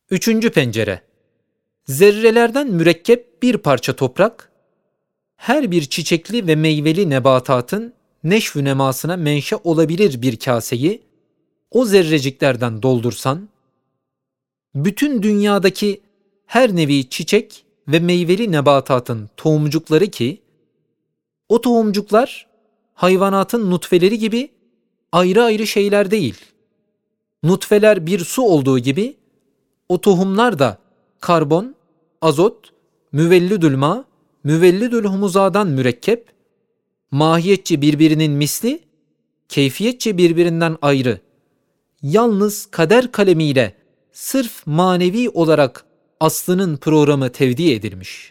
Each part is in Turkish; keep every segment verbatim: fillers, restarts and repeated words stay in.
Üçüncü pencere. Zerrelerden mürekkep bir parça toprak, her bir çiçekli ve meyveli nebatatın neşv-ü nemasına menşe olabilir bir kaseyi o zerreciklerden doldursan, bütün dünyadaki her nevi çiçek ve meyveli nebatatın tohumcukları ki, o tohumcuklar hayvanatın nutfeleri gibi ayrı ayrı şeyler değil. Nutfeler bir su olduğu gibi, o tohumlar da karbon, azot, müvellidül ma, müvellidül humuzadan mürekkep, mahiyetçe birbirinin misli, keyfiyetçe birbirinden ayrı, yalnız kader kalemiyle sırf manevi olarak aslının programı tevdi edilmiş.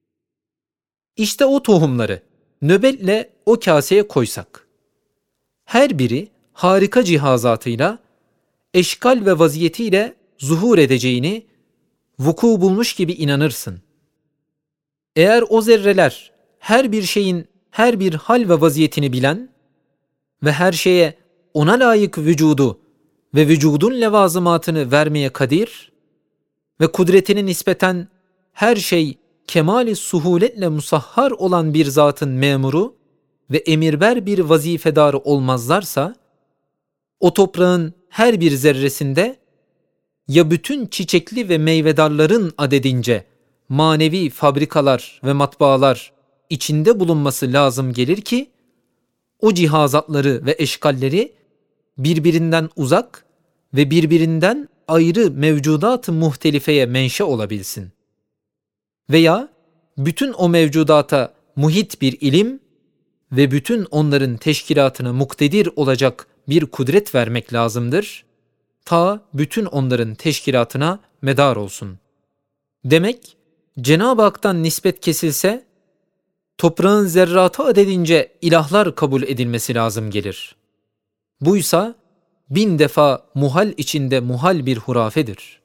İşte o tohumları nöbetle o kaseye koysak, her biri harika cihazatıyla, eşkal ve vaziyetiyle zuhur edeceğini vuku bulmuş gibi inanırsın. Eğer o zerreler her bir şeyin her bir hal ve vaziyetini bilen ve her şeye ona layık vücudu ve vücudun levazımatını vermeye kadir ve kudretine nispeten her şey kemali suhuletle musahhar olan bir zatın memuru ve emirber bir vazifedarı olmazlarsa, o toprağın her bir zerresinde ya bütün çiçekli ve meyvedarların adedince manevi fabrikalar ve matbaalar içinde bulunması lazım gelir ki, o cihazatları ve eşkalleri birbirinden uzak ve birbirinden ayrı mevcudat-ı muhtelifeye menşe olabilsin. Veya bütün o mevcudata muhit bir ilim ve bütün onların teşkilatına muktedir olacak bir kudret vermek lazımdır, ta bütün onların teşkilatına medar olsun. Demek, Cenab-ı Hak'tan nispet kesilse, toprağın zerratı adedince ilahlar kabul edilmesi lazım gelir. Buysa, bin defa muhal içinde muhal bir hurafedir.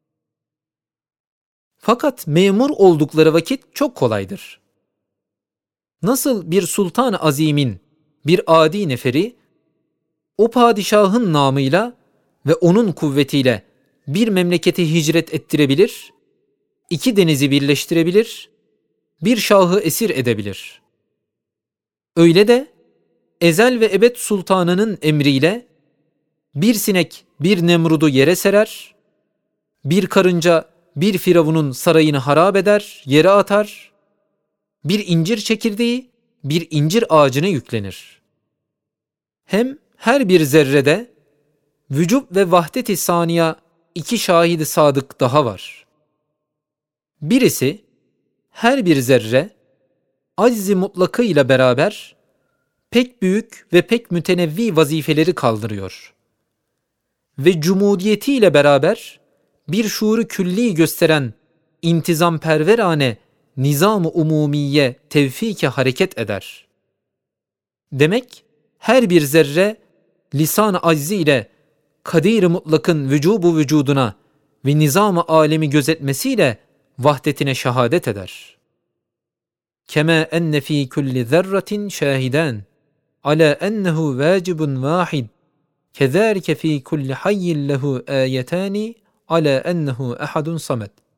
Fakat memur oldukları vakit çok kolaydır. Nasıl bir sultan-ı azimin, bir adi neferi, o padişahın namıyla ve onun kuvvetiyle bir memleketi hicret ettirebilir, iki denizi birleştirebilir, bir şahı esir edebilir. Öyle de ezel ve ebed sultanının emriyle bir sinek bir Nemrud'u yere serer, bir karınca bir firavunun sarayını harap eder, yere atar, bir incir çekirdeği bir incir ağacına yüklenir. Hem her bir zerrede vücub ve vahdet-i saniye iki şahidi sadık daha var. Birisi, her bir zerre acz-i mutlakı ile beraber pek büyük ve pek mütenevvi vazifeleri kaldırıyor. Ve cumudiyeti ile beraber bir şuuru külli gösteren intizamperverane nizam-ı umumiye tevfik-i hareket eder. Demek her bir zerre lisan-ı aczi ile kadir-i mutlakın vücubu vücuduna ve nizam-ı alemi gözetmesiyle vahdetine şehadet eder. Kema enne fi kulli zerratin şahidan ala ennehu vacibun vahid kezalike fi kulli hayyin lehu ayetani ala ennehu ahadun samed.